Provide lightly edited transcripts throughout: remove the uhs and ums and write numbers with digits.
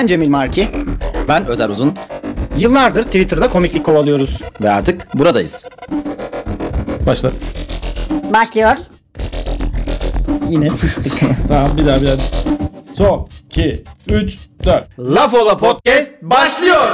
Ben Cemil Marki. Ben Özer Uzun. Yıllardır Twitter'da komiklik kovalıyoruz. Ve artık buradayız. Başla. Başlıyor. Yine sıçtık. Tamam bir daha. Son 2, 3, 4. Laf Ola Podcast başlıyor.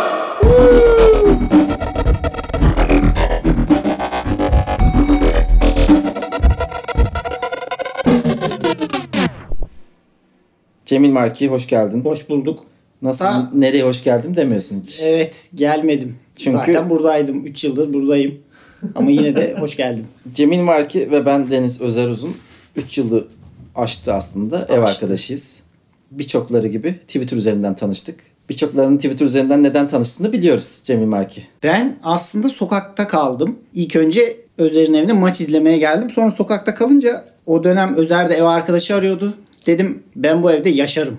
Cemil Marki hoş geldin. Hoş bulduk. Nasıl, nereye hoş geldin demiyorsun hiç. Evet, gelmedim. Çünkü... Zaten buradaydım. 3 yıldır buradayım. Ama yine de hoş geldim. Cemil Marki ve ben Deniz Özer Uzun 3 yılı aştı aslında. Ev arkadaşıyız. Birçokları gibi Twitter üzerinden tanıştık. Birçoklarının Twitter üzerinden neden tanıştığını biliyoruz Cemil Marki. Ben aslında sokakta kaldım. İlk önce Özer'in evine maç izlemeye geldim. Sonra sokakta kalınca o dönem Özer de ev arkadaşı arıyordu. Dedim ben bu evde yaşarım.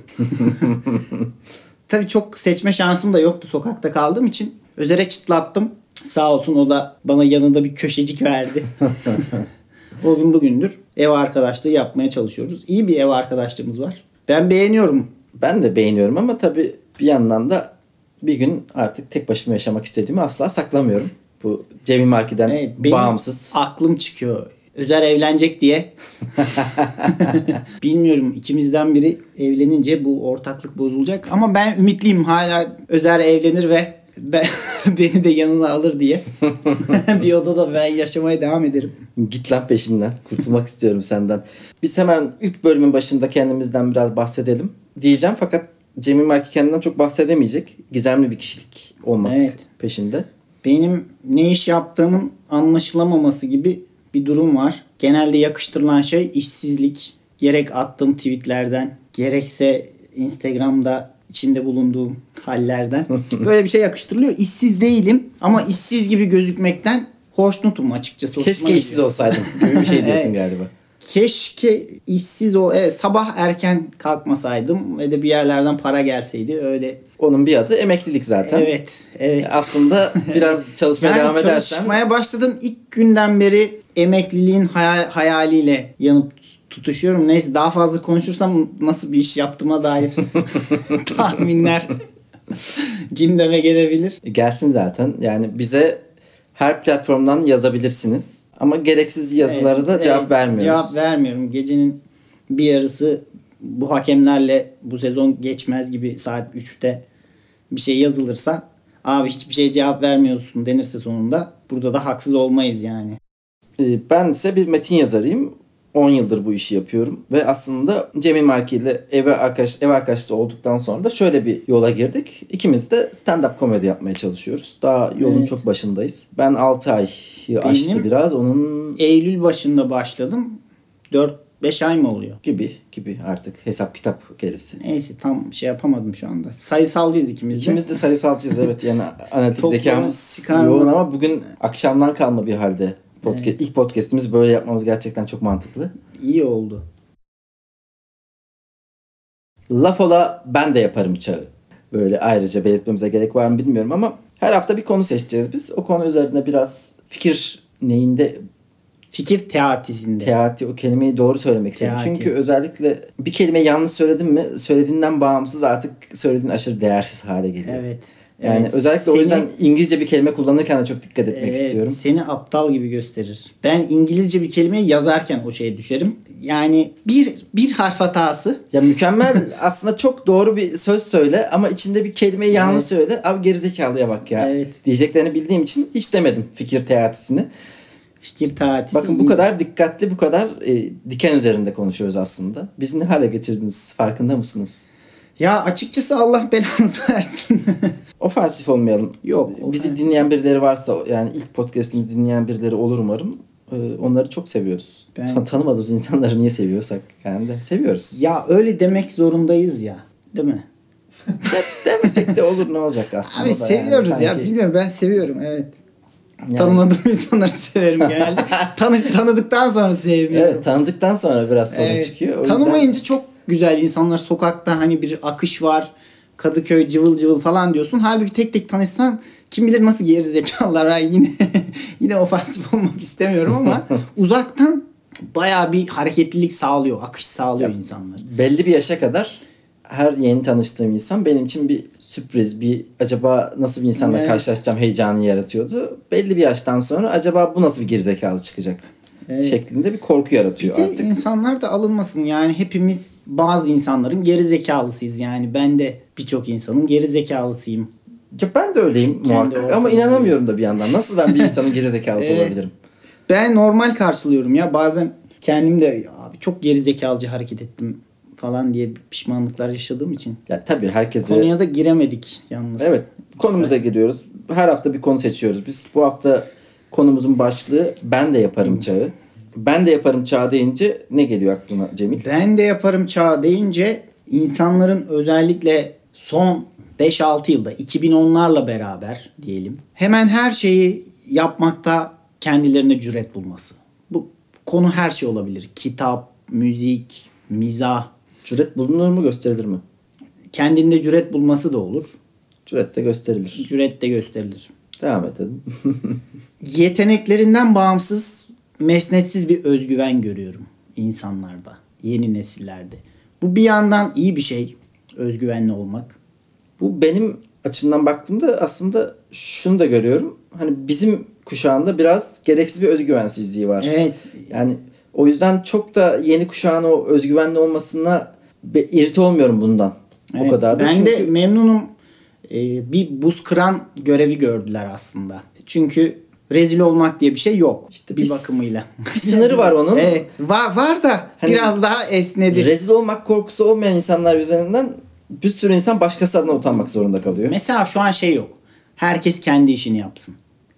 Tabii çok seçme şansım da yoktu sokakta kaldığım için. Özer'e çıtlattım. Sağ olsun o da bana yanında bir köşecik verdi. O gün bugündür ev arkadaşlığı yapmaya çalışıyoruz. İyi bir ev arkadaşlığımız var. Ben beğeniyorum. Ben de beğeniyorum ama tabii bir yandan da bir gün artık tek başıma yaşamak istediğimi asla saklamıyorum. Bu Cemil Marki'den Evet, benim bağımsız. aklım çıkıyor. Özer evlenecek diye. Bilmiyorum, ikimizden biri evlenince bu ortaklık bozulacak. Ama ben ümitliyim, hala Özer evlenir ve beni de yanına alır diye. Bir odada ben yaşamaya devam ederim. Git lan peşimden. Kurtulmak istiyorum senden. Biz hemen ilk bölümün başında kendimizden biraz bahsedelim diyeceğim. Fakat Cemil Marki kendinden çok bahsedemeyecek. Gizemli bir kişilik olmak peşinde. Benim ne iş yaptığımın anlaşılamaması gibi bir durum var. Genelde yakıştırılan şey işsizlik. Gerek attığım tweetlerden, gerekse Instagram'da içinde bulunduğum hallerden. Böyle bir şey yakıştırılıyor. İşsiz değilim ama işsiz gibi gözükmekten hoşnutum açıkçası. Keşke işsiz olsaydım gibi bir şey diyorsun galiba. Keşke işsiz sabah erken kalkmasaydım ve de bir yerlerden para gelseydi öyle. Onun bir adı emeklilik zaten. Evet. Aslında biraz çalışmaya devam edersen. Çalışmaya başladım. İlk günden beri emekliliğin hayaliyle yanıp tutuşuyorum. Neyse, daha fazla konuşursam nasıl bir iş yaptığıma dair tahminler gündeme gelebilir. Gelsin zaten. Yani bize her platformdan yazabilirsiniz. Ama gereksiz yazılara da cevap vermiyoruz. Cevap vermiyorum. Gecenin bir yarısı bu hakemlerle bu sezon geçmez gibi saat 3'te bir şey yazılırsa, abi hiçbir şeye cevap vermiyorsun denirse sonunda, burada da haksız olmayız yani. Ben ise bir metin yazarıyım. 10 yıldır bu işi yapıyorum. Ve aslında Cemil Marki ile ev arkadaşlığı olduktan sonra da şöyle bir yola girdik. İkimiz de stand-up komedi yapmaya çalışıyoruz. Daha yolun çok başındayız. Ben 6 ayı aştı biraz. Onun Eylül başında başladım. 4-5 ay mı oluyor? Gibi artık hesap kitap gerisi. Neyse, tam şey yapamadım şu anda. Sayısalcıyız ikimiz de. İkimiz de sayısalcıyız evet. Yani analitik Toplama, zekamız çıkarma. yoğun ama bugün akşamdan kalma bir halde. İlk podcast'imizi böyle yapmamız gerçekten çok mantıklı. İyi oldu. Laf ola ben de yaparım çağı. Böyle ayrıca belirtmemize gerek var mı bilmiyorum ama her hafta bir konu seçeceğiz biz. O konu üzerine biraz fikir teati, o kelimeyi doğru söylemek istedim. Çünkü özellikle bir kelime yanlış söyledin mi, söylediğinden bağımsız artık söylediğin aşırı değersiz hale geliyor. Evet. Yani özellikle o yüzden İngilizce bir kelime kullanırken de çok dikkat etmek istiyorum. Seni aptal gibi gösterir. Ben İngilizce bir kelimeyi yazarken o şeye düşerim. Yani bir harf hatası. Ya mükemmel aslında çok doğru bir söz söyle ama içinde bir kelimeyi yanlış söyle. Abi gerizekalıya bak ya. Diyeceklerini bildiğim için hiç demedim fikir teatisini. Bakın bu kadar dikkatli, bu kadar diken üzerinde konuşuyoruz aslında. Bizi ne hale getirdiniz, farkında mısınız? Ya açıkçası Allah belanızı versin. Ofansif olmayalım. Yok. Bizi dinleyen birileri varsa, yani ilk podcast'imizi dinleyen birileri olur umarım. Onları çok seviyoruz. Tanımadığımız insanları niye seviyorsak yani de seviyoruz. Ya öyle demek zorundayız ya. Değil mi? Demesek de olur, ne olacak aslında. Abi seviyoruz yani, ya. Bilmiyorum, ben seviyorum evet. Yani. Tanımadığım insanları severim genelde. Tanıdıktan sonra sevmiyorum. Evet, tanıdıktan sonra biraz sorun çıkıyor. Tanımayınca çok güzel insanlar sokakta, hani bir akış var. Kadıköy cıvıl cıvıl falan diyorsun. Halbuki tek tek tanışsan kim bilir nasıl gerizekalılar. Yine ofansif olmak istemiyorum ama uzaktan bayağı bir hareketlilik sağlıyor, akış sağlıyor insanlar. Belli bir yaşa kadar her yeni tanıştığım insan benim için bir sürpriz, bir acaba nasıl bir insanla karşılaşacağım heyecanı yaratıyordu. Belli bir yaştan sonra acaba bu nasıl bir gerizekalı çıkacak şeklinde bir korku yaratıyor bir artık. İnsanlar da alınmasın yani, hepimiz bazı insanların gerizekalısıyız yani, ben de birçok insanın gerizekalısıyım. Ya ben de öyleyim muhakkak ama inanamıyorum da bir yandan. Nasıl ben bir insanın gerizekalısı olabilirim? Ben normal karşılıyorum ya, bazen kendim de abi çok gerizekalıcı hareket ettim falan diye pişmanlıklar yaşadığım için. Ya tabii herkese... Konuya da giremedik yalnız. Evet, konumuza giriyoruz. Her hafta bir konu seçiyoruz. Biz bu hafta konumuzun başlığı ben de yaparım çağı. Ben de yaparım çağı deyince ne geliyor aklına Cemil? Ben de yaparım çağı deyince insanların özellikle son 5-6 yılda 2010'larla beraber diyelim hemen her şeyi yapmakta kendilerine cüret bulması. Bu konu her şey olabilir. Kitap, müzik, mizah. Cüret bulunur mu, gösterilir mi? Kendinde cüret bulması da olur. Cüret de gösterilir. Cüret de gösterilir. Devam edelim. Yeteneklerinden bağımsız, mesnetsiz bir özgüven görüyorum insanlarda, yeni nesillerde. Bu bir yandan iyi bir şey, özgüvenli olmak. Bu benim açımdan baktığımda aslında şunu da görüyorum. Hani bizim kuşağında biraz gereksiz bir özgüvensizliği var. Evet. Yani o yüzden çok da yeni kuşağın o özgüvenli olmasına irite olmuyorum bundan. Evet, o kadar da. Ben çünkü... de memnunum. Bir buz kıran görevi gördüler aslında. Çünkü rezil olmak diye bir şey yok. İşte bir bakımıyla. Bir sınırı var onun. Evet. Var da hani biraz daha esnedi. Rezil olmak korkusu olmayan insanlar üzerinden bir sürü insan başkası adına utanmak zorunda kalıyor. Mesela şu an şey yok. Herkes kendi işini yapsın.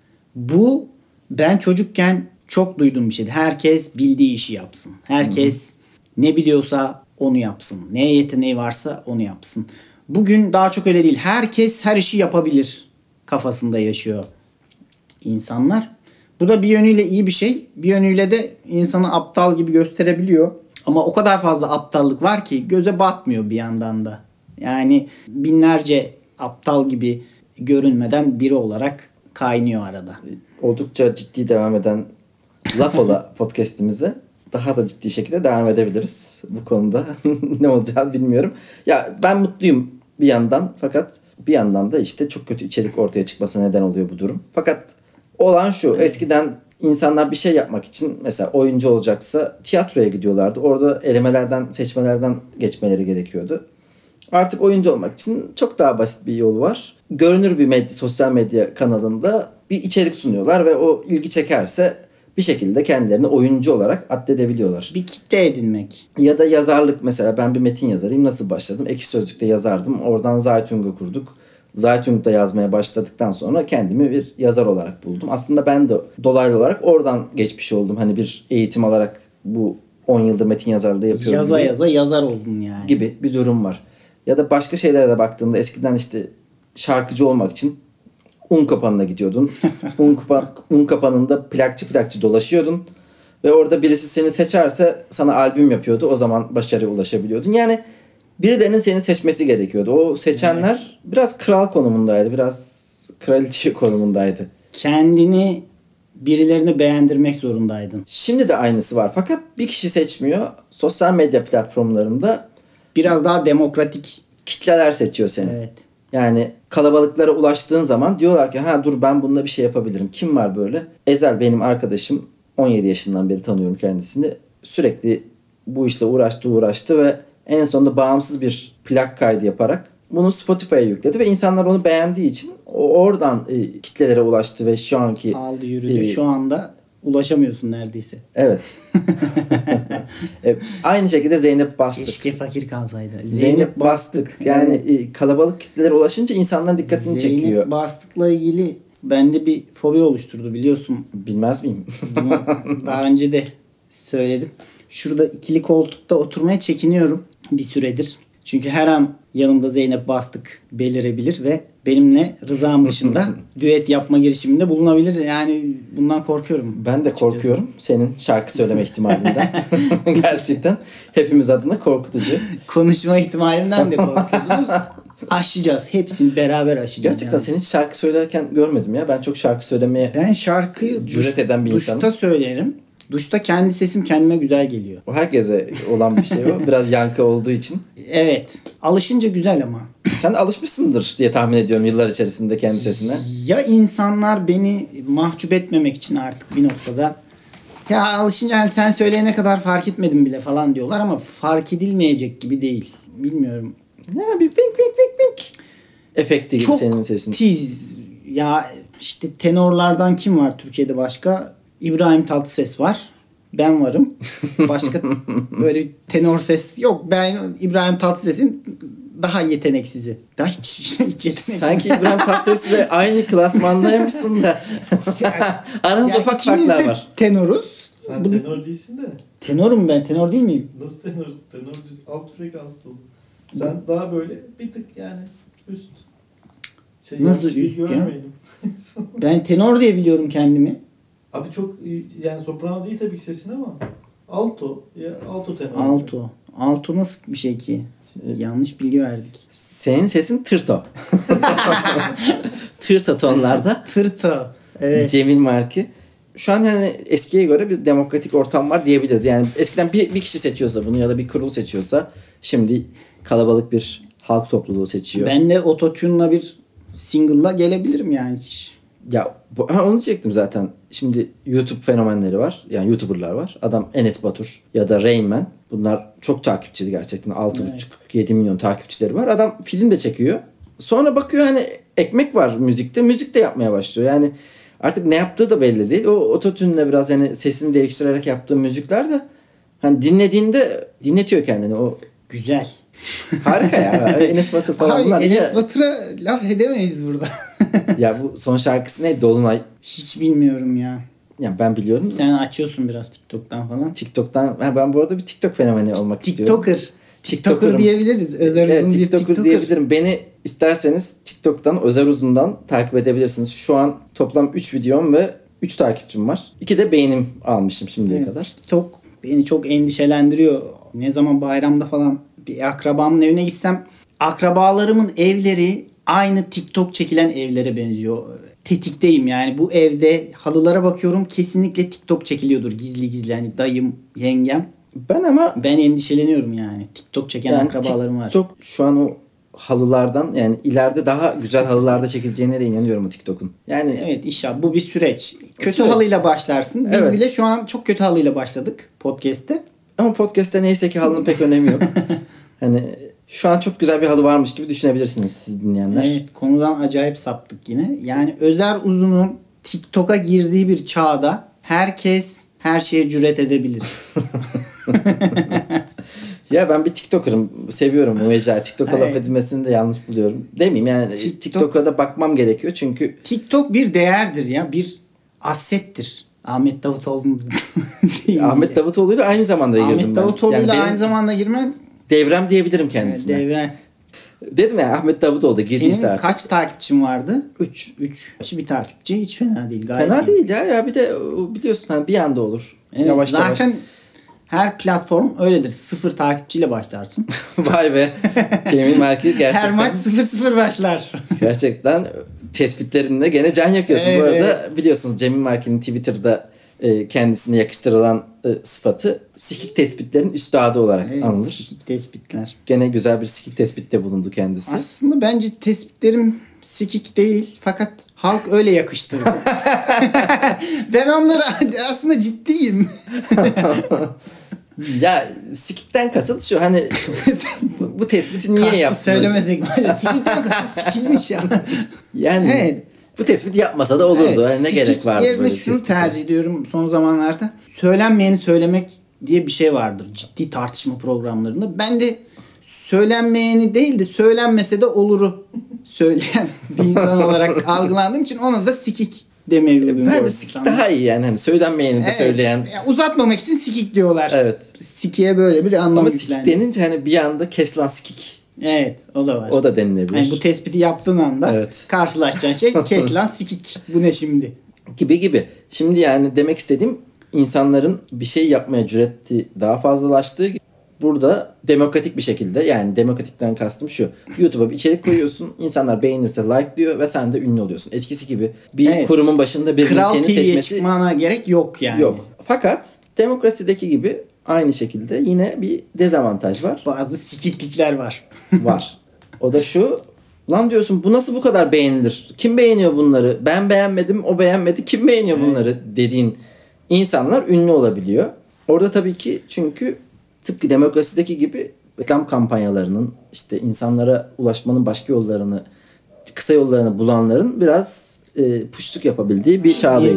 Bu ben çocukken çok duyduğum bir şeydi. Herkes bildiği işi yapsın. Herkes ne biliyorsa onu yapsın. Neye yeteneği varsa onu yapsın. Bugün daha çok öyle değil. Herkes her işi yapabilir kafasında yaşıyor insanlar. Bu da bir yönüyle iyi bir şey. Bir yönüyle de insanı aptal gibi gösterebiliyor. Ama o kadar fazla aptallık var ki göze batmıyor bir yandan da. Yani binlerce aptal gibi görünmeden biri olarak kaynıyor arada. Oldukça ciddi devam eden Laf Ola podcast'imize daha da ciddi şekilde devam edebiliriz bu konuda. Ne olacağını bilmiyorum. Ya ben mutluyum bir yandan, fakat bir yandan da işte çok kötü içerik ortaya çıkmasına neden oluyor bu durum. Fakat olan şu, eskiden insanlar bir şey yapmak için mesela oyuncu olacaksa tiyatroya gidiyorlardı. Orada elemelerden, seçmelerden geçmeleri gerekiyordu. Artık oyuncu olmak için çok daha basit bir yol var. Görünür bir sosyal medya kanalında bir içerik sunuyorlar ve o ilgi çekerse bir şekilde kendilerini oyuncu olarak addedebiliyorlar. Bir kitle edinmek. Ya da yazarlık, mesela ben bir metin yazarıyım. Nasıl başladım? Ekşi Sözlük'te yazardım. Oradan Zaytung'u kurduk. Zaytung'da yazmaya başladıktan sonra kendimi bir yazar olarak buldum. Aslında ben de dolaylı olarak oradan geçmiş oldum. Hani bir eğitim alarak bu 10 yıldır metin yazarlığı yapıyorum. Yaza yazar oldun yani. Gibi bir durum var. Ya da başka şeylere de baktığında eskiden işte şarkıcı olmak için Unkapanı'na gidiyordun. Unkapanı'nda plakçı dolaşıyordun. Ve orada birisi seni seçerse sana albüm yapıyordu. O zaman başarıya ulaşabiliyordun. Yani birilerinin seni seçmesi gerekiyordu. O seçenler biraz kral konumundaydı. Biraz kraliçe konumundaydı. Kendini birilerini beğendirmek zorundaydın. Şimdi de aynısı var. Fakat bir kişi seçmiyor. Sosyal medya platformlarında biraz daha demokratik kitleler seçiyor seni. Evet. Yani kalabalıklara ulaştığın zaman diyorlar ki ha dur ben bununla bir şey yapabilirim. Kim var böyle? Ezel benim arkadaşım. 17 yaşından beri tanıyorum kendisini. Sürekli bu işle uğraştı ve en sonunda bağımsız bir plak kaydı yaparak bunu Spotify'a yükledi ve insanlar onu beğendiği için oradan kitlelere ulaştı ve şu anki aldı yürüdü. Şu anda ulaşamıyorsun neredeyse. Evet. Aynı şekilde Zeynep Bastık. Keşke fakir kalsaydı. Zeynep Bastık. Yani kalabalık kitlelere ulaşınca insanların dikkatini çekiyor. Zeynep Bastık'la ilgili bende bir fobi oluşturdu biliyorsun. Bilmez miyim? Daha önce de söyledim. Şurada ikili koltukta oturmaya çekiniyorum bir süredir. Çünkü her an yanımda Zeynep Bastık belirebilir ve benimle rızam dışında düet yapma girişiminde bulunabilir. Yani bundan korkuyorum. Ben de açıkçası korkuyorum. Senin şarkı söyleme ihtimalinden. Gerçekten hepimiz adına korkutucu. Konuşma ihtimalinden de korkuyoruz. Aşacağız. Hepsini beraber aşacağız. Gerçekten seni hiç şarkı söylerken görmedim ya. Ben çok şarkı söylemeye ben şarkıyı cüret eden bir insanım. Duşta söylerim. Duşta kendi sesim kendime güzel geliyor. O herkese olan bir şey o. Biraz yankı olduğu için. Evet. Alışınca güzel ama. Sen alışmışsındır diye tahmin ediyorum yıllar içerisinde kendi sesine. Ya insanlar beni mahcup etmemek için artık bir noktada ya alışınca yani sen söyleyene kadar fark etmedim bile falan diyorlar ama fark edilmeyecek gibi değil. Bilmiyorum. Ya bir pink pink pink pink efekti gibi çok senin sesin. Çok tiz. Ya işte tenorlardan kim var Türkiye'de başka? İbrahim Tatlıses var. Ben varım. Başka böyle tenor ses yok. Ben İbrahim Tatlıses'in daha yeteneksizi. Daha hiç yeteneksiz. Sanki İbrahim Tatlıses'le aynı klasmandaymışsın da. Aranızda ufak farklar var. Tenoruz. Sen tenor değilsin de. Tenorum ben. Tenor değil miyim? Nasıl tenor? Tenor alt frekanslı olur. Sen daha böyle bir tık yani üst. Nasıl üst ya? Ben tenor diye biliyorum kendimi. Abi çok yani soprano değil tabii ki sesin ama alto ya alto tenor. Alto. Alto nasıl bir şey ki? Yanlış bilgi verdik. Senin sesin tırto. Tırto tonlarda. Tırto. Evet. Cemil Marki. Şu an yani eskiye göre bir demokratik ortam var diyebiliriz. Yani eskiden bir kişi seçiyorsa bunu ya da bir kurul seçiyorsa şimdi kalabalık bir halk topluluğu seçiyor. Ben de ototune'la bir single'la gelebilirim yani hiç. Ya onu diyecektim zaten. Şimdi YouTube fenomenleri var. Yani YouTuber'lar var. Adam Enes Batur ya da Rain Man. Bunlar çok takipçili gerçekten. 6,5-7 milyon takipçileri var. Adam film de çekiyor. Sonra bakıyor hani ekmek var müzikte. Müzik de yapmaya başlıyor. Yani artık ne yaptığı da belli değil. O ototune'le biraz yani sesini değiştirerek yaptığı müzikler de hani dinlediğinde dinletiyor kendini. O güzel. Harika ya. Enes Batur falan. Abi Enes Batur'a laf edemeyiz burada. Ya bu son şarkısı ne? Dolunay. Hiç bilmiyorum ya. Ya ben biliyorum. Sen açıyorsun biraz TikTok'tan falan. TikTok'tan. Ben bu arada bir TikTok fenomeni olmak istiyorum. TikToker diyebiliriz. Özer evet, Uzun bir TikToker diyebilirim. Beni isterseniz TikTok'tan Özer Uzun'dan takip edebilirsiniz. Şu an toplam 3 videom ve 3 takipçim var. 2 de beğenim almışım şimdiye kadar. TikTok beni çok endişelendiriyor. Ne zaman bayramda falan bir akrabamın evine gitsem akrabalarımın evleri aynı TikTok çekilen evlere benziyor. Tetikteyim yani. Bu evde halılara bakıyorum. Kesinlikle TikTok çekiliyordur gizli gizli. Yani dayım, yengem. Ben endişeleniyorum yani. TikTok çeken yani akrabalarım var. TikTok şu an o halılardan yani ileride daha güzel halılarda çekileceğine de inanıyorum o TikTok'un. Yani evet inşallah bu bir süreç. Kötü halıyla başlarsın. Biz bile şu an çok kötü halıyla başladık podcast'te. Ama podcast'te neyse ki halının pek önemi yok. Hani şu an çok güzel bir halı varmış gibi düşünebilirsiniz siz dinleyenler. Evet, konudan acayip saptık yine. Yani Özer Uzun'un TikTok'a girdiği bir çağda herkes her şeye cüret edebilir. Ya ben bir TikToker'ım. Seviyorum bu mecra. TikTok'a laf edilmesini de yanlış buluyorum. Demeyeyim yani TikTok'a da bakmam gerekiyor çünkü. TikTok bir değerdir ya. Bir asettir. Ahmet Davutoğlu'nun Ahmet Davutoğlu'yla aynı zamanda girdim ben. Ahmet Davutoğlu'yla aynı zamanda girmen. Devrem diyebilirim kendisine. Devrem. Dedim ya Ahmet Davutoğlu girdiyse senin artık. Kaç takipçin vardı? 3. Bir takipçi hiç fena değil. Gayet fena iyi. değil ya. Ya bir de biliyorsun hani bir anda olur. Evet, yavaş zaten yavaş. her platform öyledir. 0 takipçiyle başlarsın. Vay be. Cemil Marki gerçekten. Her maç 0-0 başlar. Gerçekten tespitlerinle gene can yakıyorsun. Evet, bu arada biliyorsunuz Cemil Marki'nin Twitter'da kendisine yakıştırılan sıfatı sikik tespitlerin üstadı olarak anılır. Sikik tespitler. Gene güzel bir sikik tespitte bulundu kendisi. Aslında bence tespitlerim sikik değil fakat halk öyle yakıştırdı. Ben onları aslında ciddiyim. Ya sikikten kasıt şu hani bu tespiti niye yaptın? Söylemesek var. Sikikten kasıt sikilmiş ya. Yani evet. Bu tespit yapmasa da olurdu. Evet, yani ne gerek vardı yerine böyle şunu tespite? tercih ediyorum son zamanlarda. Söylenmeyeni söylemek diye bir şey vardır. Ciddi tartışma programlarında. Ben de söylenmeyeni değil de söylenmese de oluru söyleyen bir insan olarak algılandığım için ona da sikik demeyi uygun. Bence sikik daha iyi yani. Hani söylenmeyeni de söyleyen. Yani uzatmamak için sikik diyorlar. Evet. Sikiye böyle bir anlam ama yüklendi. sikik denince hani bir anda kes lan sikik. Evet o da var. O da denilebilir. Yani bu tespiti yaptığın anda evet. karşılaşacağın şey kes lan sikik. Bu ne şimdi? Gibi. Şimdi yani demek istediğim insanların bir şey yapmaya cüreti daha fazlalaştığı burada demokratik bir şekilde, yani demokratikten kastım şu. YouTube'a bir içerik koyuyorsun. İnsanlar beğenirse like'lıyor ve sen de ünlü oluyorsun. Eskisi gibi bir kurumun başında birinin Kral seni TV'ye seçmesi çıkmana gerek yok yani. yok. Fakat demokrasideki gibi aynı şekilde yine bir dezavantaj var. Bazı sikiklikler var. Var. O da şu. Lan diyorsun, bu nasıl bu kadar beğenilir? Kim beğeniyor bunları? Ben beğenmedim, o beğenmedi. Kim beğeniyor bunları dediğin insanlar ünlü olabiliyor. Orada tabii ki, çünkü tıpkı demokrasideki gibi reklam kampanyalarının, işte insanlara ulaşmanın başka yollarını, kısa yollarını bulanların biraz puşluk yapabildiği bir çağdayız.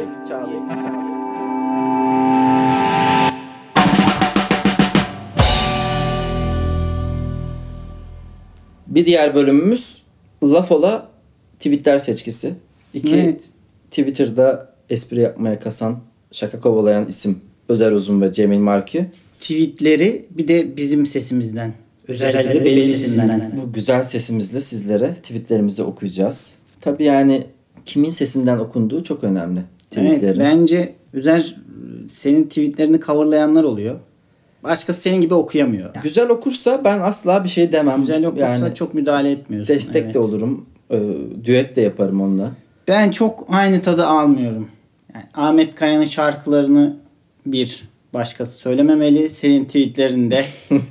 Bir diğer bölümümüz laf ola tweetler seçkisi. Evet. Twitter'da espri yapmaya kasan, şaka kovalayan isim Özer Uzun ve Cemil Marki. Tweetleri bir de bizim sesimizden. Özellikle benim sesimden. Bu güzel sesimizle sizlere tweetlerimizi okuyacağız. Tabii yani kimin sesinden okunduğu çok önemli. Evet, bence Özer, senin tweetlerini coverlayanlar oluyor. Başkası senin gibi okuyamıyor. Yani. Güzel okursa ben asla bir şey demem. Güzel okursa yani çok müdahale etmiyorsun. Destek de olurum. Düet de yaparım onunla. Ben çok aynı tadı almıyorum. Yani Ahmet Kaya'nın şarkılarını bir başkası söylememeli. Senin tweetlerinde.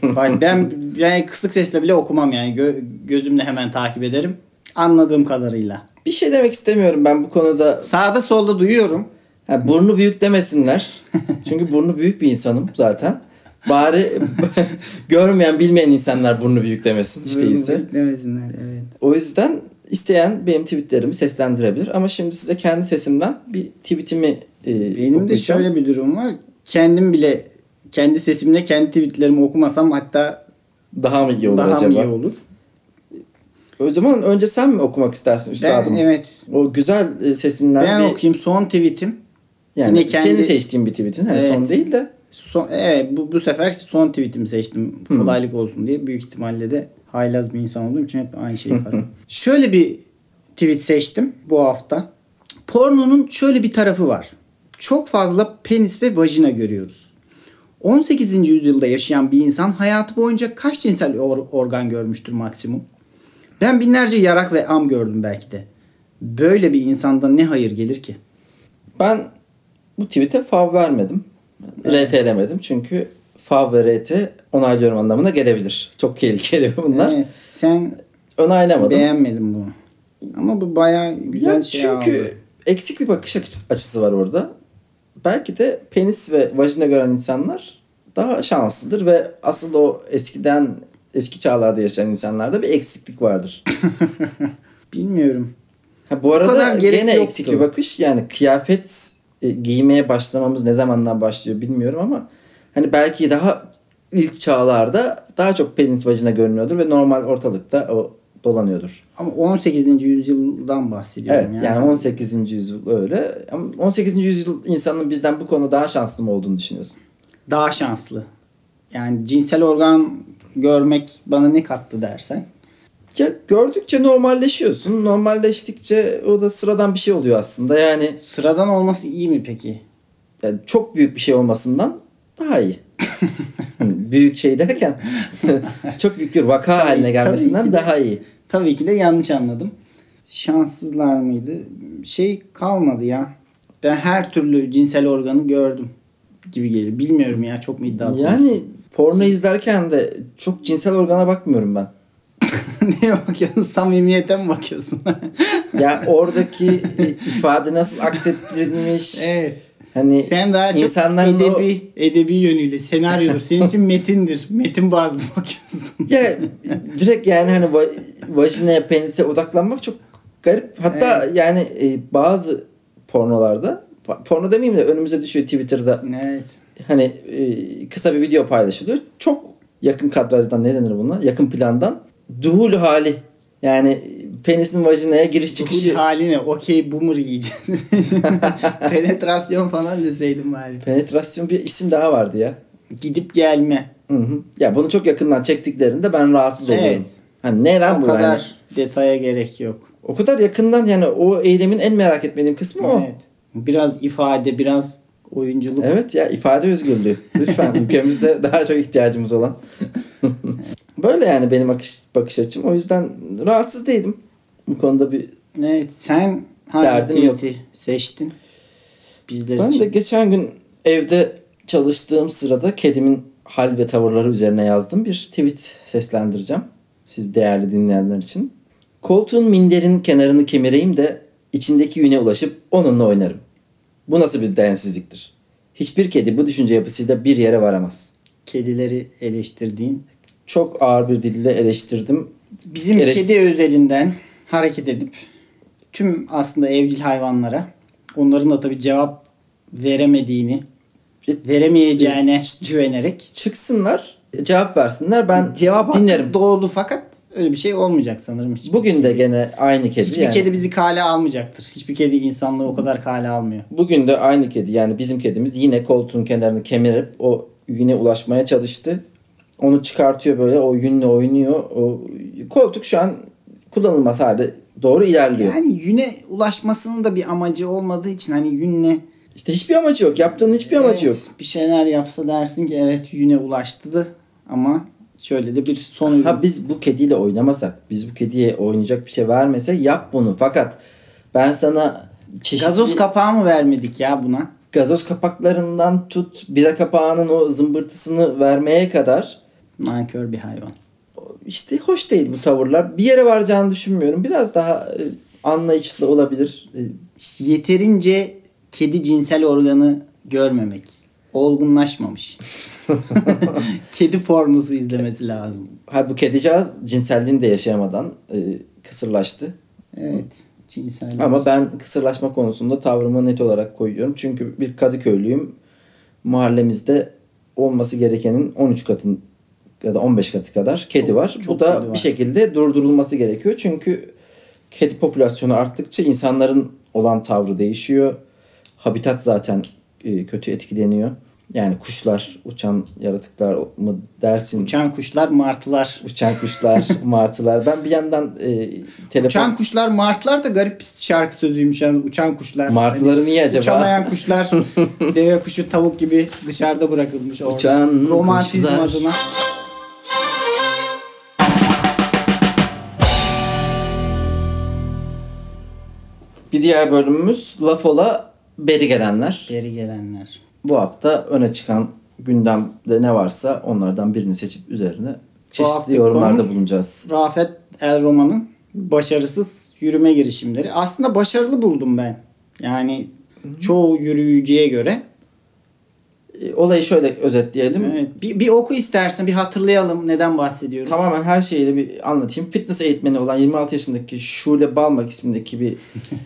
ben kısık sesle bile okumam yani. Gözümle hemen takip ederim. Anladığım kadarıyla. Bir şey demek istemiyorum ben bu konuda. Sağda solda duyuyorum. Burnu büyük demesinler. Çünkü burnu büyük bir insanım zaten. Bari görmeyen, bilmeyen insanlar burnu büyük demesin işte ise. Büyük demesinler, evet. O yüzden isteyen benim tweetlerimi seslendirebilir. Ama şimdi size kendi sesimden bir tweetimi benim okuyacağım. de şöyle bir durum var. Kendim bile kendi sesimle kendi tweetlerimi okumasam hatta daha mı iyi olur daha acaba? mı iyi olur? O zaman önce sen mi okumak istersin üstadım? Evet. O güzel sesinden ben okuyayım. Son tweetim. Yani yine senin seçtiğin bir tweetin. Evet. Son değil de. Evet, bu sefer son tweetimi seçtim. Kolaylık olsun diye. Büyük ihtimalle de haylaz bir insan olduğum için hep aynı şeyi yaparım. Şöyle bir tweet seçtim bu hafta. Pornonun şöyle bir tarafı var. Çok fazla penis ve vajina görüyoruz. 18. yüzyılda yaşayan bir insan hayatı boyunca kaç cinsel organ görmüştür maksimum? Ben binlerce yarak ve am gördüm belki de. Böyle bir insandan ne hayır gelir ki? Ben bu tweet'e fav vermedim. RT demedim çünkü fav ve RT onaylıyorum anlamına gelebilir. Çok tehlikeli bunlar. Evet, sen onaylamadım. Beğenmedim bunu. Ama bu bayağı güzel ya şey çünkü aldı. eksik bir bakış açısı var orada. Belki de penis ve vajina gören insanlar daha şanslıdır ve asıl o eski çağlarda yaşayan insanlarda bir eksiklik vardır. Bilmiyorum. Bu arada gene eksik bir bakış. Yani kıyafet giymeye başlamamız ne zamandan başlıyor bilmiyorum ama hani belki daha ilk çağlarda daha çok penis vajina görünüyordur ve normal ortalıkta o dolanıyordur. Ama 18. yüzyıldan bahsediyorum. Evet yani 18. yüzyıl öyle. Ama 18. yüzyıl insanın bizden bu konuda daha şanslı mı olduğunu düşünüyorsun? Daha şanslı. Yani cinsel organ görmek bana ne kattı dersen. Ya gördükçe normalleşiyorsun. Normalleştikçe o da sıradan bir şey oluyor aslında. Yani sıradan olması iyi mi peki? Yani çok büyük bir şey olmasından daha iyi. Büyük şey derken çok büyük bir vaka haline gelmesinden daha iyi. Tabii ki de yanlış anladım. Şanssızlar mıydı? Şey kalmadı ya. Ben her türlü cinsel organı gördüm gibi geliyor. Bilmiyorum ya, çok mu iddialı yani konuştum. Porno izlerken de çok cinsel organa bakmıyorum ben. Neye bakıyorsun? Samimiyete mi bakıyorsun? Ya oradaki ifade nasıl aksettirilmiş? Evet. Hani sen daha çok edebi yönüyle senaryodur. Senin için metindir. Metin bazlı bakıyorsun. Ya direkt yani hani vajinaya, penise odaklanmak çok garip. Hatta yani bazı pornolarda, porno demeyeyim de önümüze düşüyor Twitter'da. Evet. Hani kısa bir video paylaşılıyor. Çok yakın kadrajdan, ne denir buna? Yakın plandan. Duhul hali. Yani penisin vajinaya giriş çıkışı. Duhul haline okey boomer yiyeceğiz. Penetrasyon falan deseydim bari. Penetrasyon bir isim daha vardı ya. Gidip gelme. Hı. Ya bunu çok yakından çektiklerinde ben rahatsız oluyorum. Hani ne lan bu yani? O kadar detaya gerek yok. O kadar yakından, yani o eylemin en merak etmediğim kısmı o. Evet. Biraz ifade, biraz Oyunculuk. Evet ya, ifade özgürlüğü. Lütfen ülkemizde daha çok ihtiyacımız olan. Böyle yani benim bakış açım. O yüzden rahatsız değilim. Bu konuda bir Evet, sen hangi tweet'i seçtin? Bizler ben için. de geçen gün evde çalıştığım sırada kedimin hal ve tavırları üzerine yazdım. Bir tweet seslendireceğim. Siz değerli dinleyenler için. Koltuğun minderin kenarını kemireyim de içindeki yüne ulaşıp onunla oynarım. Bu nasıl bir densizliktir? Hiçbir kedi bu düşünce yapısıyla bir yere varamaz. Kedileri eleştirdiğin. Çok ağır bir dille eleştirdim. Bizim kedi özelinden hareket edip tüm aslında evcil hayvanlara, onların da tabii cevap veremeyeceğine güvenerek çıksınlar, cevap versinler. Ben cevap dinlerim. Doğru, fakat öyle bir şey olmayacak sanırım. Bugün de gene aynı kedi. Hiçbir kedi bizi kale almayacaktır. Hiçbir kedi insanlığı o kadar kale almıyor. Bugün de aynı kedi, yani bizim kedimiz yine koltuğun kenarını kemirip o yüne ulaşmaya çalıştı. Onu çıkartıyor, böyle o yünle oynuyor. O koltuk şu an kullanılmaz hale doğru ilerliyor. Yani yüne ulaşmasının da bir amacı olmadığı için hani yünle İşte hiçbir amacı yok. Yaptığının hiçbir amacı yok. Bir şeyler yapsa dersin ki evet yüne ulaştı da, ama şöyle de bir son ürün. Biz bu kediyle oynamasak, biz bu kediye oynayacak bir şey vermesek, yap bunu. Fakat ben sana çeşitli... Gazoz kapağı mı vermedik ya buna? Gazoz kapaklarından tut, bira kapağının o zımbırtısını vermeye kadar. Nankör bir hayvan. İşte hoş değil bu tavırlar. Bir yere varacağını düşünmüyorum. Biraz daha anlayışlı olabilir. Yeterince kedi cinsel organı görmemek. Olgunlaşmamış. Kedi pornosu izlemesi lazım. Bu kedicağız cinselliğini de yaşayamadan kısırlaştı. Evet. Cinsel. Ama ben kısırlaşma konusunda tavrımı net olarak koyuyorum. Çünkü bir Kadıköylüyüm. Mahallemizde olması gerekenin 13 katın ya da 15 katı kadar kedi var. Bu da bir şekilde durdurulması gerekiyor. Çünkü kedi popülasyonu arttıkça insanların olan tavrı değişiyor. Habitat zaten kötü etkileniyor. Yani kuşlar, uçan yaratıklar mı dersin? Uçan kuşlar, martılar. Uçan kuşlar, martılar. Ben bir yandan Uçan kuşlar, martılar da garip bir şarkı sözüymüş. Yani uçan kuşlar. Martıları niye acaba? Uçamayan kuşlar, deve kuşu, tavuk gibi dışarıda bırakılmış orada. Uçan romantizm kuşlar adına. Bir diğer bölümümüz Laf Ola Beri Gelenler. Beri gelenler. Bu hafta öne çıkan gündemde ne varsa onlardan birini seçip üzerine çeşitli yorumlarda bulunacağız. Rafet El Roman'ın başarısız yürüme girişimleri. Aslında başarılı buldum ben. Yani çoğu yürüyücüye göre. Olayı şöyle özetleyelim. Evet, bir oku istersen, bir hatırlayalım neden bahsediyoruz. Tamamen her şeyiyle bir anlatayım. Fitness eğitmeni olan 26 yaşındaki Şule Balmak ismindeki bir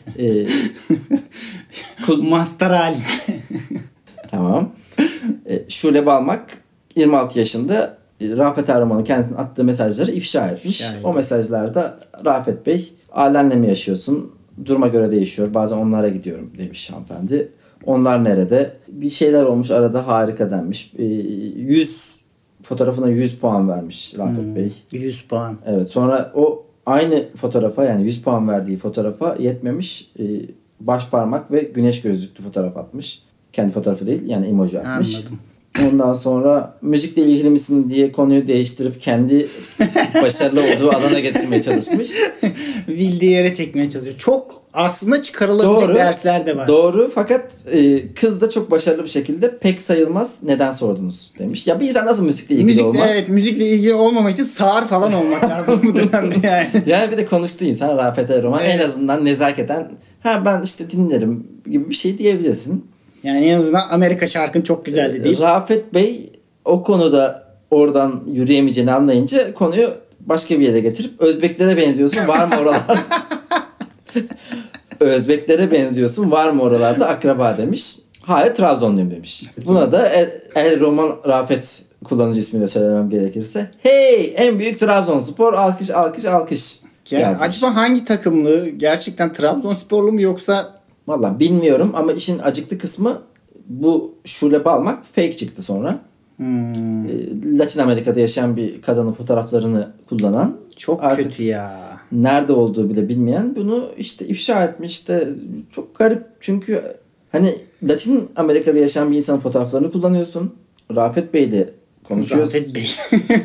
Master Ali. Tamam. Şule Balmak 26 yaşında Rafet Erman'ın kendisinin attığı mesajları ifşa etmiş. O mesajlarda Rafet Bey, ailenle mi yaşıyorsun? Duruma göre değişiyor. Bazen onlara gidiyorum demiş hanımefendi. Onlar nerede? Bir şeyler olmuş arada, harika denmiş. 100 fotoğrafına 100 puan vermiş Rafet Bey. 100 puan. Evet, sonra o aynı fotoğrafa, yani 100 puan verdiği fotoğrafa yetmemiş. Baş parmak ve güneş gözlüklü fotoğraf atmış. Kendi fotoğrafı değil, yani emoji atmış. Anladım. Ondan sonra müzikle ilgili misin diye konuyu değiştirip kendi başarılı olduğu alana getirmeye çalışmış. Bildiği yere çekmeye çalışıyor. Çok aslında çıkarılabilecek dersler de var. Doğru, fakat kız da çok başarılı bir şekilde pek sayılmaz, neden sordunuz demiş. Ya bir insan nasıl müzikle ilgili olmaz? Evet, müzikle ilgili olmamak için sağır falan olmak lazım bu dönemde yani. Yani bir de konuştuğu insan Rafet Erman, en azından nezaketen ben işte dinlerim gibi bir şey diyebilirsin. Yani en azından Amerika şarkın çok güzeldi değil. Rafet Bey o konuda oradan yürüyemeyeceğini anlayınca konuyu başka bir yere getirip Özbeklere benziyorsun, var mı oralar? Özbeklere benziyorsun, var mı oralarda akraba demiş. Hayır, Trabzonluyum demiş. Buna da El Roman Rafet kullanıcı ismiyle söylemem gerekirse. Hey, en büyük Trabzonspor, alkış alkış alkış yazmış. Acaba hangi takımlı? Gerçekten Trabzonsporlu mu yoksa? Vallahi bilmiyorum ama işin acıklı kısmı, bu Şule Balmak fake çıktı sonra. Latin Amerika'da yaşayan bir kadının fotoğraflarını kullanan, çok kötü ya. Nerede olduğu bile bilmeyen bunu işte ifşa etmiş. İşte çok garip, çünkü Hani Latin Amerika'da yaşayan bir insanın fotoğraflarını kullanıyorsun. Rafet Bey'le konuşuyorsun. Rafet Bey.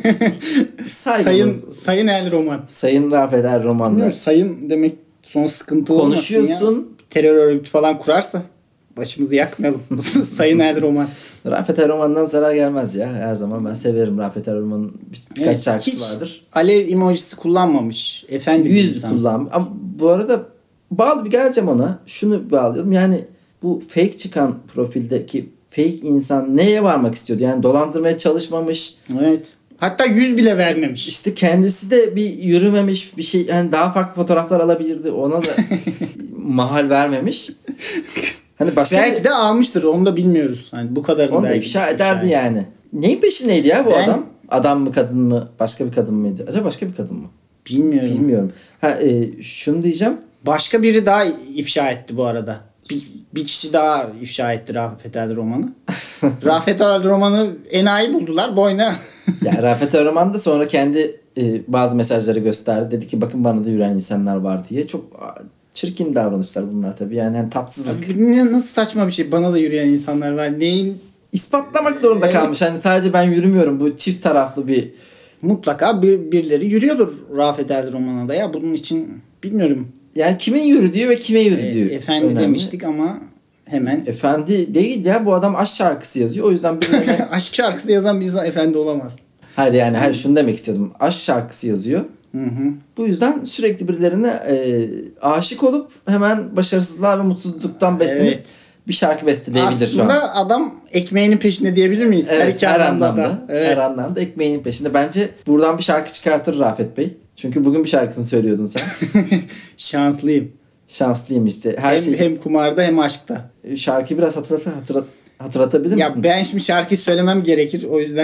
Saygımız, Sayın El Roman. Sayın Rafet El Roman'la. Sayın demek son sıkıntı olmasın konuşuyorsun. ya. Terör örgütü falan kurarsa başımızı yakmayalım. Sayın El Roman. Rafet El Roman'dan zarar gelmez ya. Her zaman ben severim Rafet El Roman'ın birkaç şarkısı hiç vardır. alev emojisi kullanmamış. Efendi bir Yüz insan. kullan. Ama bu arada bağlı bir geleceğim ona. Şunu bağlayalım. Yani bu fake çıkan profildeki fake insan neye varmak istiyordu? Yani dolandırmaya çalışmamış. Evet. Hatta 100 bile vermemiş. İşte kendisi de bir yürümemiş bir şey. Yani daha farklı fotoğraflar alabilirdi. Ona da mahal vermemiş. Hani başka Belki de almıştır. Onu da bilmiyoruz. Hani bu kadarını onu da belki ifşa ederdi yani. Neyin peşindeydi ya bu adam? Adam mı kadın mı? Başka bir kadın mıydı? Acaba başka bir kadın mı? Bilmiyorum. Bilmiyorum. Şunu diyeceğim. Başka biri daha ifşa etti bu arada. Bir kişi daha ifşa etti Rafet El Roman'ı. Rafet El Roman'ı enayi buldular boyuna. Ya Rafet El Roman da sonra kendi bazı mesajları gösterdi. Dedi ki bakın bana da yürüyen insanlar var diye. Çok çirkin davranışlar bunlar tabii. Yani hani tatsızlık. Abi, nasıl saçma bir şey. Bana da yürüyen insanlar var. Neyin? İspatlamak zorunda kalmış. Hani sadece ben yürümüyorum. Bu çift taraflı bir... Mutlaka birileri yürüyordur Rafet El Roman'a da ya. Bunun için bilmiyorum. Yani kimin yürüdüğü ve kime yürüdüğü. Efendi önemli. demiştik ama hemen. Efendi değil ya, bu adam aşk şarkısı yazıyor. O yüzden birilerine... Aşk şarkısı yazan bir insan efendi olamaz. Hayır yani şunu demek istiyordum. Aşk şarkısı yazıyor. Hı. Bu yüzden sürekli birilerine aşık olup hemen başarısızlığa ve mutsuzluktan beslenip bir şarkı besteleyebilir şu an. Aslında adam ekmeğinin peşinde diyebilir miyiz? Evet, her anlamda. Evet. Her anlamda ekmeğinin peşinde. Bence buradan bir şarkı çıkartır Rafet Bey. Çünkü bugün bir şarkısını söylüyordun sen. Şanslıyım. Şanslıyım işte. Hem kumarda hem aşkta. Şarkıyı biraz hatırlatabilir misin? Ya ben şimdi şarkıyı söylemem gerekir o yüzden.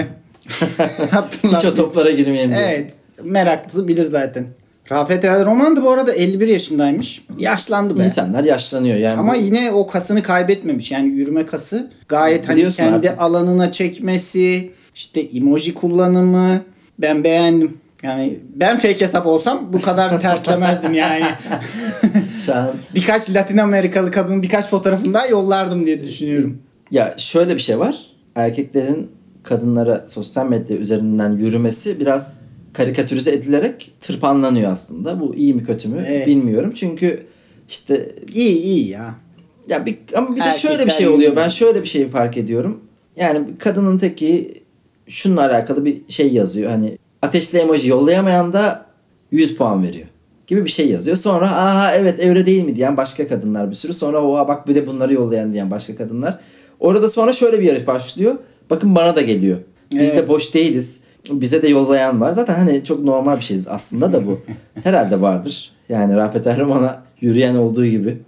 Hiç o toplara girmeyelim diyorsun. Evet. Meraklısı bilir zaten. Rafet El Roman da bu arada 51 yaşındaymış. Yaşlandı be. İnsanlar yaşlanıyor yani. Ama yine o kasını kaybetmemiş. Yani yürüme kası gayet hani Biliyorsun kendi artık. alanına çekmesi, işte emoji kullanımı ben beğendim. Yani ben fake hesap olsam bu kadar terslemezdim yani. Şu an... Birkaç Latin Amerikalı kadının birkaç fotoğrafını daha yollardım diye düşünüyorum. Ya şöyle bir şey var. Erkeklerin kadınlara sosyal medya üzerinden yürümesi biraz karikatürize edilerek tırpanlanıyor aslında. Bu iyi mi kötü mü bilmiyorum. Çünkü işte iyi ya. Ya ama bir de Erkekler şöyle bir şey oluyor. yürüyor. Ben şöyle bir şeyi fark ediyorum. Yani kadının teki şununla alakalı bir şey yazıyor. Hani ateşli emoji yollayamayan da 100 puan veriyor gibi bir şey yazıyor. Sonra aha evet öyle değil mi diyen başka kadınlar bir sürü. Sonra oha bak bir de bunları yollayan diyen başka kadınlar. Orada sonra şöyle bir yarış başlıyor. Bakın bana da geliyor. Biz de boş değiliz. Bize de yollayan var. Zaten hani çok normal bir şey aslında da bu. Herhalde vardır. Yani Rafet El Roman'a yürüyen olduğu gibi.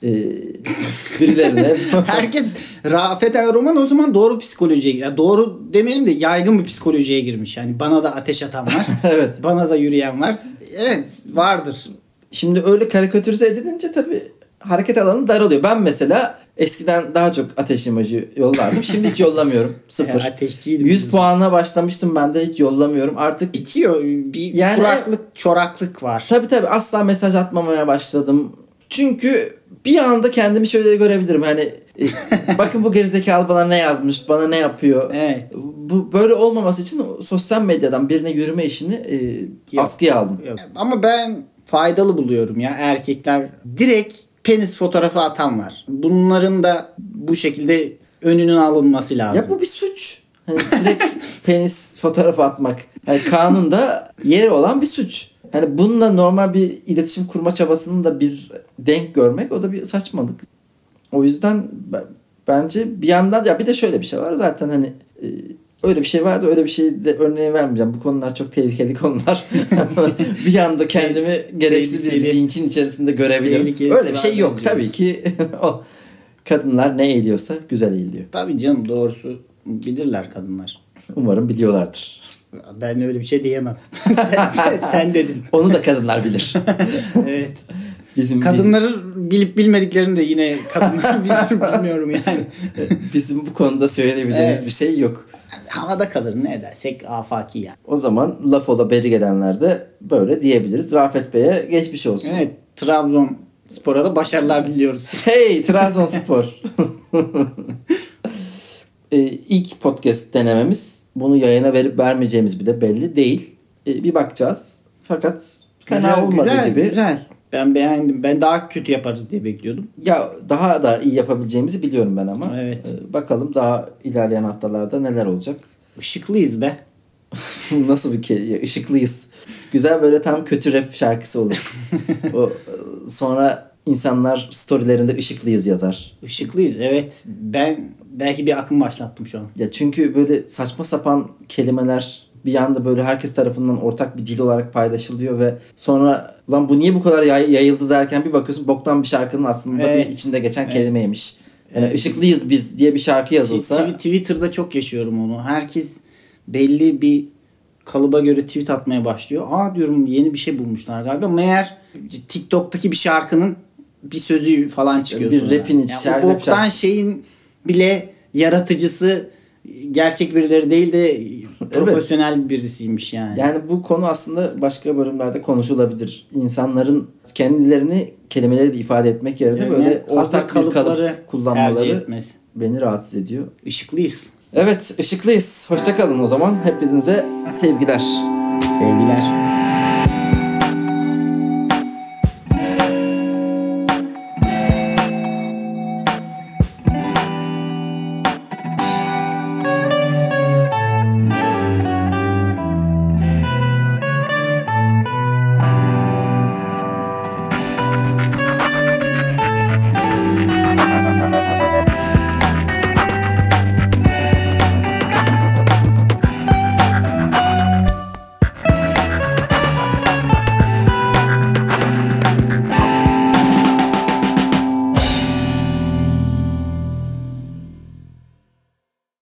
Birilerine. Herkes Rafet El Roman o zaman doğru psikolojiye giriyor. Doğru demeyelim de yaygın bir psikolojiye girmiş. Yani bana da ateş atan var. Evet. Bana da yürüyen var. Evet vardır. Şimdi öyle karikatürize edilince tabii hareket alanı daralıyor. Ben mesela eskiden daha çok ateş emoji yollardım. Şimdi hiç yollamıyorum. Sıfır. Ateşçiydim. 100 puanla başlamıştım, ben de hiç yollamıyorum. Artık bitiyor. Bir yani, kuraklık, çoraklık var. Tabii asla mesaj atmamaya başladım. Çünkü bir anda kendimi şöyle görebilirim. Hani bakın bu gerizekalı bana ne yazmış, bana ne yapıyor. Evet. Bu böyle olmaması için sosyal medyadan birine yürüme işini askıya aldım. Yok. Ama ben faydalı buluyorum ya. Erkekler direkt penis fotoğrafı atan var. Bunların da bu şekilde önünün alınması lazım. Ya bu bir suç. Hani direkt penis fotoğrafı atmak. Yani kanunda yeri olan bir suç. Hani bununla normal bir iletişim kurma çabasını da bir denk görmek, o da bir saçmalık. O yüzden bence bir yandan ya bir de şöyle bir şey var zaten hani öyle bir şey var da öyle bir şey de örneği vermeyeceğim. Bu konular çok tehlikeli konular. Bir anda kendimi gereksiz bir linçin içerisinde görebilirim. Tehlikeli Öyle bir şey yok diyoruz. tabii ki. O kadınlar ne eğiliyorsa güzel eğiliyor. Tabii canım, doğrusu bilirler kadınlar. Umarım biliyorlardır. Ben öyle bir şey diyemem. sen dedin. Onu da kadınlar bilir. Evet. Bizim Kadınları bilip bilmediklerini de yine kadınlar bilir, bilmiyorum yani. bizim bu konuda söyleyebileceğimiz bir şey yok. Havada kalır ne edersek afaki yani. O zaman laf ola beri gelenler de böyle diyebiliriz. Rafet Bey'e geçmiş olsun. Evet, Trabzon Spor'a da başarılar diliyoruz. Hey Trabzonspor. İlk podcast denememiz. Bunu yayına verip vermeyeceğimiz bile belli değil. Bir bakacağız. Fakat fena olmadı gibi. Güzel. Ben beğendim. Ben daha kötü yaparız diye bekliyordum. Ya daha da iyi yapabileceğimizi biliyorum ben ama. Evet. Bakalım daha ilerleyen haftalarda neler olacak. Işıklıyız be. Nasıl bir Işıklıyız. Güzel böyle tam kötü rap şarkısı olur. Sonra insanlar storylerinde ışıklıyız yazar. Işıklıyız evet. Ben belki bir akım başlattım şu an. Ya çünkü böyle saçma sapan kelimeler bir anda böyle herkes tarafından ortak bir dil olarak paylaşılıyor ve sonra ulan bu niye bu kadar yayıldı derken bir bakıyorsun boktan bir şarkının aslında bir içinde geçen kelimeymiş. Yani ışıklıyız biz diye bir şarkı yazılsa. Twitter'da çok yaşıyorum onu. Herkes belli bir kalıba göre tweet atmaya başlıyor. Aa diyorum yeni bir şey bulmuşlar galiba. Meğer TikTok'taki bir şarkının bir sözü falan çıkıyor. Bir rap'in o boktan şeyin bile yaratıcısı gerçek birileri değil de profesyonel birisiymiş yani. Yani bu konu aslında başka bölümlerde konuşulabilir. İnsanların kendilerini kelimeleriyle ifade etmek yerine böyle ortak bir kalıp kullanmaları beni rahatsız ediyor. Işıklıyız. Evet, ışıklıyız. Hoşça kalın o zaman. Hepinize sevgiler. Sevgiler.